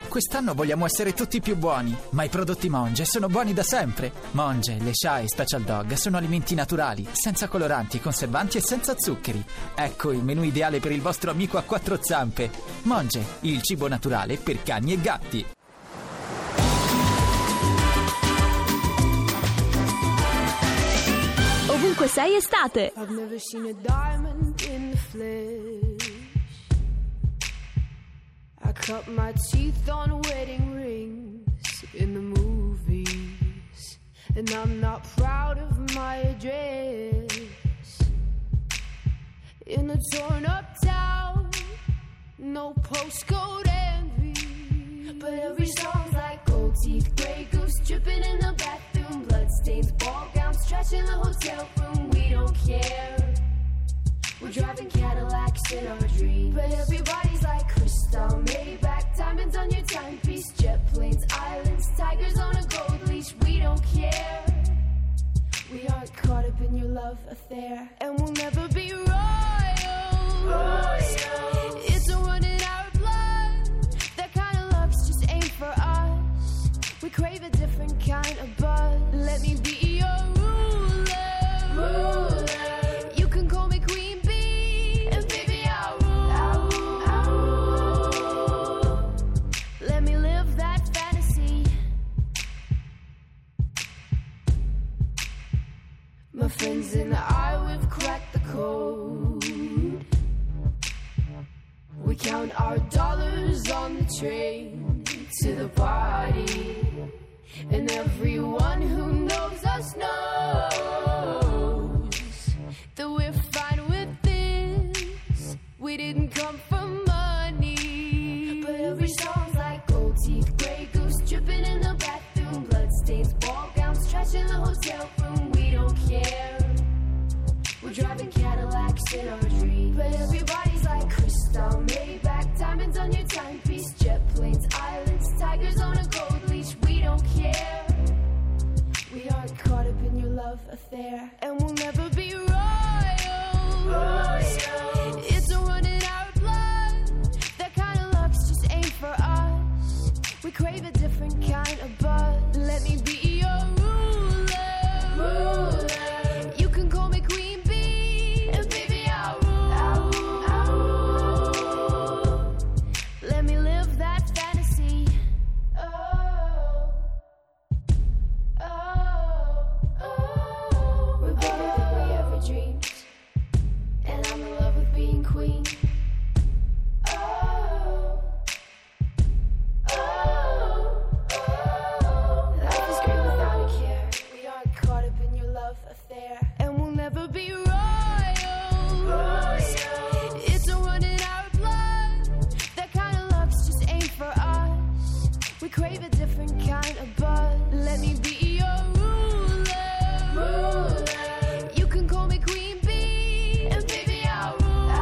Quest'anno vogliamo essere tutti più buoni, ma i prodotti Monge sono buoni da sempre. Monge, le Sha e Special Dog sono alimenti naturali, senza coloranti, conservanti e senza zuccheri. Ecco il menù ideale per il vostro amico a quattro zampe. Monge, il cibo naturale per cani e gatti. Ovunque sei estate. I've never seen a diamond in the flesh. I cut my teeth on wedding rings in the movies, and I'm not proud of my address. In a torn up town, no postcode envy, but every song's like gold teeth, grey goose dripping in the bathroom, bloodstains, ball gowns, trash in the hotel room. We don't care. We're driving Cadillacs in our dreams, but everybody's like crystal, Maybach, diamonds on your timepiece, jet planes, islands, tigers on a gold leash. We don't care. We aren't caught up in your love affair, and we'll never be royals. It's a run in our blood. That kind of luck's just ain't for us. We crave a different kind of buzz. Let me be your ruler. You can call me Queen Bee, and baby I'll rule. Let me live that fantasy. My friends and I, we've cracked the code. We count our dollars on the train to the party, and everyone who knows us knows that we're fine with this. We didn't come for money, but every song's like gold teeth, grey goose dripping in the bathroom, bloodstains, ball gowns, trash in the hotel room. We don't care. We're driving Cadillacs in our dreams, but everybody's like crystal, Maybach, diamonds on your timepiece, jet planes, islands, tigers on a gold leash. We don't care. We aren't caught up in your love affair, and we'll never be royals. It's a run in our blood. That kind of luck's just ain't for us. We crave a different kind of buzz. Let me be your ruler. You can call me Queen Bee, and baby I'll rule. Let me live that fantasy. We're better than we ever dreamed, and I'm in love with being queen. Life is great without a care. We aren't caught up in your love affair, and we'll never be royals. It's a run in our blood. That kind of luck's just ain't for us. We crave a different kind of buzz. Let me be your ruler. You can call me Queen Bee, and baby I'll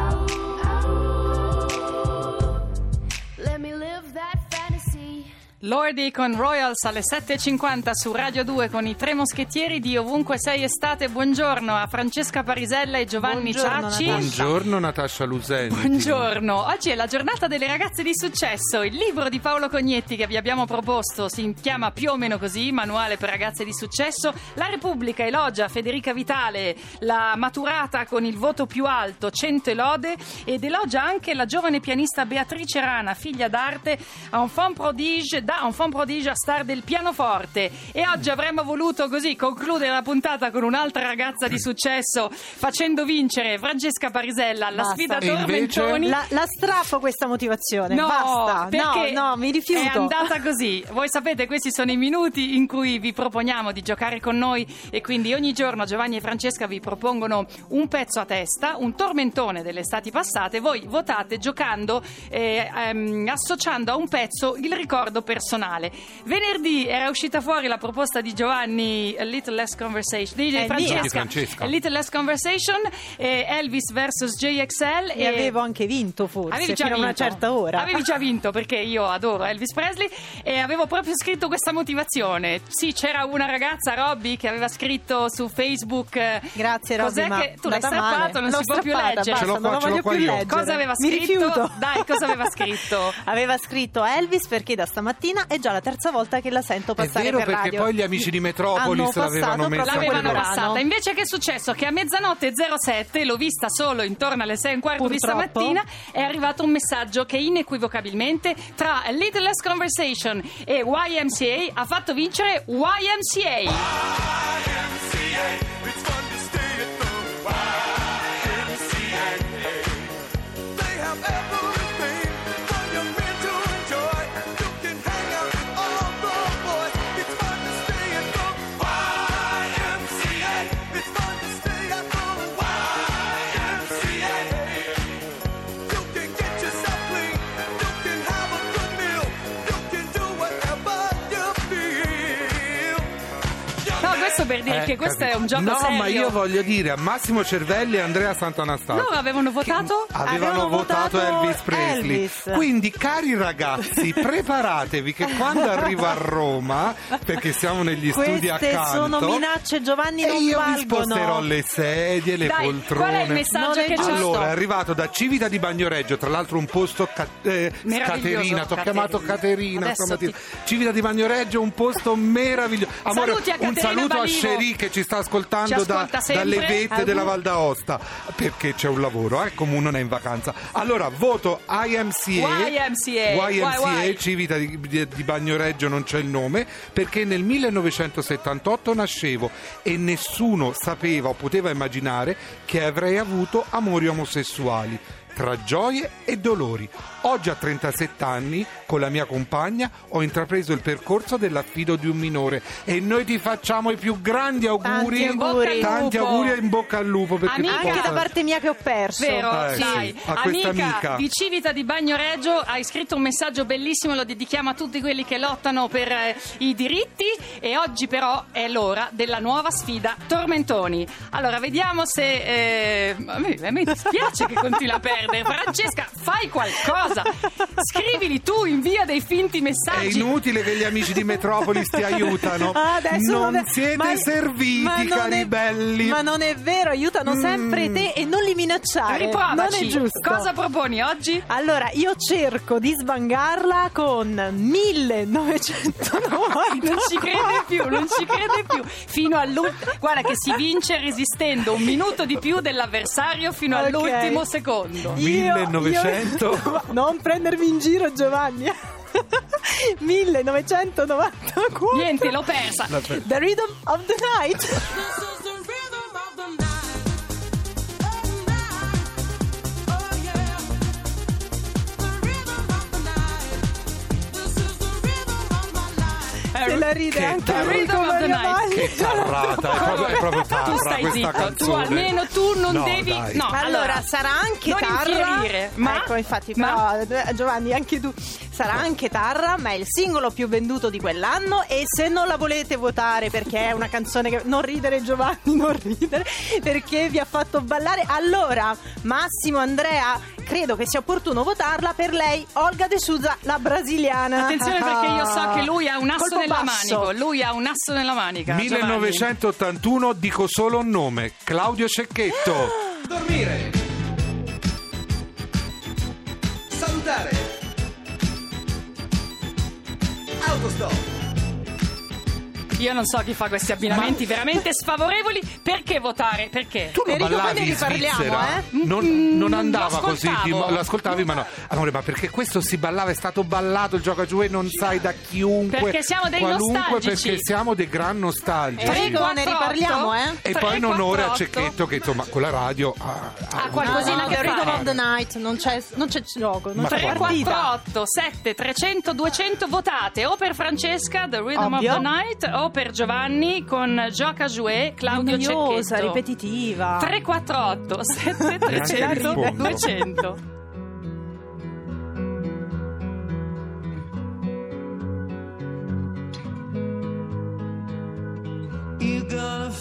rule. Let me live that fantasy. Lordi con Royals alle 7.50 su Radio 2 con i Tre Moschettieri di Ovunque Sei Estate. Buongiorno a Francesca Parisella e Giovanni Ciacci. Buongiorno Natascia Lusenti. Buongiorno. Oggi è la giornata delle ragazze di successo. Il libro di Paolo Cognetti che vi abbiamo proposto si chiama più o meno così, Manuale per ragazze di successo. La Repubblica elogia Federica Vitale, la maturata con il voto più alto, 100 lode, ed elogia anche la giovane pianista Beatrice Rana, figlia d'arte, enfant prodige a star del pianoforte. E oggi avremmo voluto così concludere la puntata con un'altra ragazza di successo, facendo vincere Francesca Parisella alla sfida Tormentoni. La strappo questa motivazione. No, basta. perché No, mi rifiuto. È andata così. Voi sapete, questi sono i minuti in cui vi proponiamo di giocare con noi, e quindi ogni giorno Giovanni e Francesca vi propongono un pezzo a testa, un tormentone delle estati passate. Voi votate giocando, associando a un pezzo il ricordo per personale. Venerdì era uscita fuori la proposta di Giovanni, A Little Less Conversation, di Francesca. A Little Less Conversation, Elvis vs JXL. E avevo anche vinto, forse, fino a una certa ora. Avevi già vinto, perché io adoro Elvis Presley, e avevo proprio scritto questa motivazione. Sì, c'era una ragazza, Robby, che aveva scritto su Facebook. Grazie, Robby, cos'è che tu l'hai strappato? Non si può più leggere. Basta, non lo voglio più leggere. Cosa aveva scritto? Mi rifiuto. Dai, cosa aveva scritto? Aveva scritto Elvis perché da stamattina è già la terza volta che la sento passare per radio. È vero, perché poi gli amici di Metropolis l'avevano passata. Invece che è successo? Che a mezzanotte 07, l'ho vista solo intorno alle 6:15 di stamattina, è arrivato un messaggio che inequivocabilmente tra A Little Less Conversation e YMCA ha fatto vincere YMCA. Per dire che questo è un gioco serio. No, ma io voglio dire a Massimo Cervelli e Andrea Sant'Anastasio. Loro avevano votato? Avevano votato Elvis Presley. Quindi, cari ragazzi, preparatevi che quando arrivo a Roma, perché siamo negli studi accanto, queste sono minacce, Giovanni, non io valgono. vi sposterò le sedie, le poltrone. Qual è il messaggio che c'è? Allora, è arrivato da Civita di Bagnoregio, tra l'altro un posto Caterina, ti ho chiamato Caterina stamattina. Civita di Bagnoregio, un posto meraviglioso. Amore, un saluto a Sherry che ci sta ascoltando dalle vette della Val d'Aosta, perché c'è un lavoro, come non è in vacanza. Allora, voto YMCA, Civita di Bagnoregio, non c'è il nome, perché nel 1978 nascevo e nessuno sapeva o poteva immaginare che avrei avuto amori omosessuali, tra gioie e dolori. Oggi a 37 anni, con la mia compagna, ho intrapreso il percorso dell'affido di un minore e noi ti facciamo i più grandi auguri. Tanti auguri e in bocca al lupo. Perché anche da parte mia che ho perso. Vero, sì, a questa amica di Civita di Bagnoregio, hai scritto un messaggio bellissimo, lo dedichiamo a tutti quelli che lottano per i diritti, e oggi però è l'ora della nuova sfida Tormentoni. Allora, vediamo se a me dispiace che continui a perdere. Francesca, fai qualcosa, scrivili tu, invia dei finti messaggi. È inutile che gli amici di Metropolis ti aiutano. Non siete serviti, cari belli. Ma non è vero, aiutano sempre te e non li minacciare. Riprovaci. Non è giusto. Cosa proponi oggi? Allora, io cerco di sbangarla con 1990. Non ci crede più. Fino all'ultimo. Guarda che si vince resistendo un minuto di più dell'avversario fino all'ultimo secondo. 1900. Non prendermi in giro, Giovanni. 1994. Niente, l'ho persa. The Rhythm of the Night. Se la ride anche Rhythm of the Night. Che tarrata, è proprio tarra. Tu stai questa zitto, canzone. tu almeno non devi. Dai. No, allora sarà anche non tarra. Infierire, ma ecco, infatti, però Giovanni, anche tu, sarà anche tarra, ma è il singolo più venduto di quell'anno. E se non la volete votare perché è una canzone che non ridere, Giovanni, non ridere, perché vi ha fatto ballare, allora Massimo, Andrea, credo che sia opportuno votarla per lei, Olga De Souza, la brasiliana. Attenzione, perché io so che lui ha un asso nella manica. Lui ha un asso nella manica. 1981, dico solo un nome: Claudio Cecchetto. Dormire, salutare, autostop. Io non so chi fa questi abbinamenti veramente sfavorevoli. Perché votare? Perché? Tu lo Enrico, ballavi poi ne in riparliamo, Svizzera? Non andava così. L'ascoltavo. Lo ascoltavi, ma no. Amore, ma perché questo si ballava? È stato ballato il gioca giù e non sai da chiunque. Perché siamo dei qualunque, nostalgici. Perché siamo dei gran nostalgici. Prego, ne riparliamo, E poi in onore a Cecchetto, che insomma con la radio ha qualcosina che Rhythm fare. of the Night, non c'è gioco, non c'è partita. 348 7 300 200 votate o per Francesca, The Rhythm Ovvio. of the Night, o per Giovanni con Gioca Jouet, Claudio Noiosa, Cecchetto. ripetitiva. 348 7 300 rispondo. 200.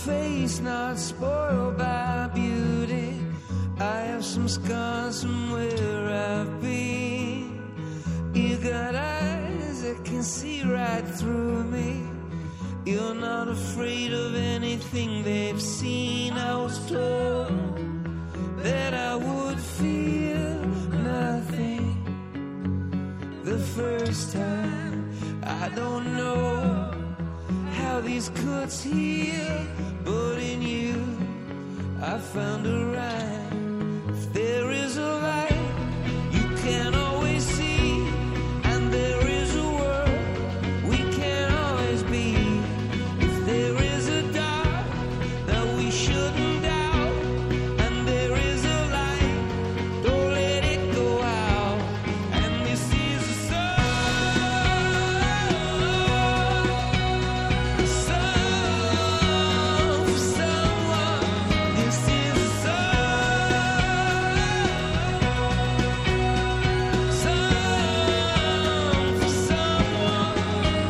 face not spoiled by beauty. I have some scars from where I've been. You got eyes that can see right through me. You're not afraid of anything they've seen. I was told that I would feel nothing the first time. I don't know how these cuts heal, but in you I found a rhyme. If there is a light you can always see, and there is a world we can always be. If there is a dark that we shouldn't doubt, and there is a light, don't let it go out. And this is a song for someone. This is a song for someone.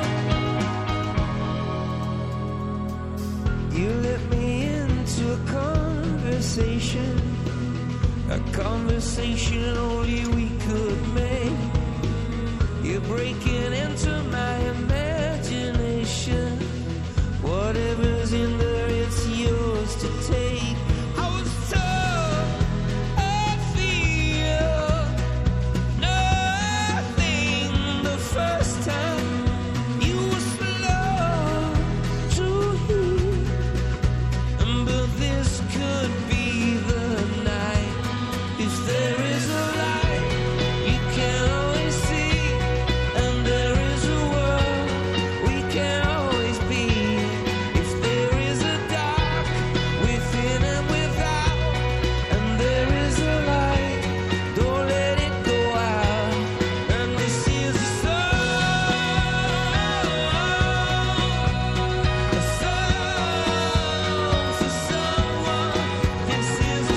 You let me into a conversation only we could make. You're breaking into my imagination. Whatever's in there, it's yours to take. I was told I feel nothing the first time. You were slow to hear, but this could be the night. If there is a light you can always see, and there is a world we can always be. If there is a dark within and without, and there is a light, don't let it go out. And this is a song for someone. This is a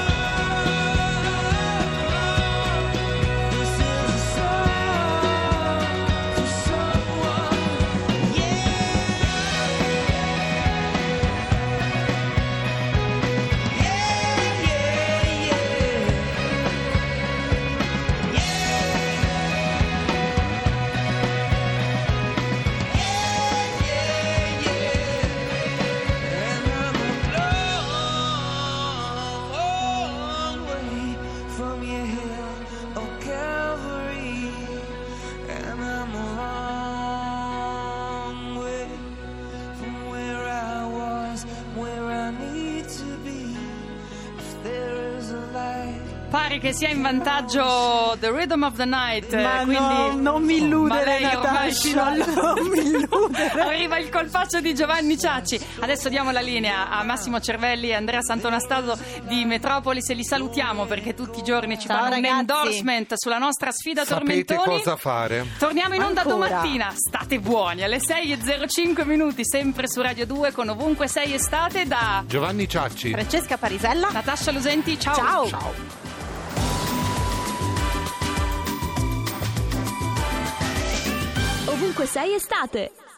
Pare che sia in vantaggio The Rhythm of the Night. Ma quindi... no, non mi illudere, Natascia, non mi illudere. Arriva il colpaccio di Giovanni Ciacci. Adesso diamo la linea a Massimo Cervelli e Andrea Santonastaso di Metropolis e li salutiamo perché tutti i giorni ci fanno un endorsement sulla nostra sfida Sapete Tormentoni. cosa fare. Torniamo in onda Ancora. domattina. State buoni alle 6:05 sempre su Radio 2 con Ovunque Sei Estate da Giovanni Ciacci, Francesca Parisella, Natascia Lusenti. Ciao. ciao. Ovunque sei estate.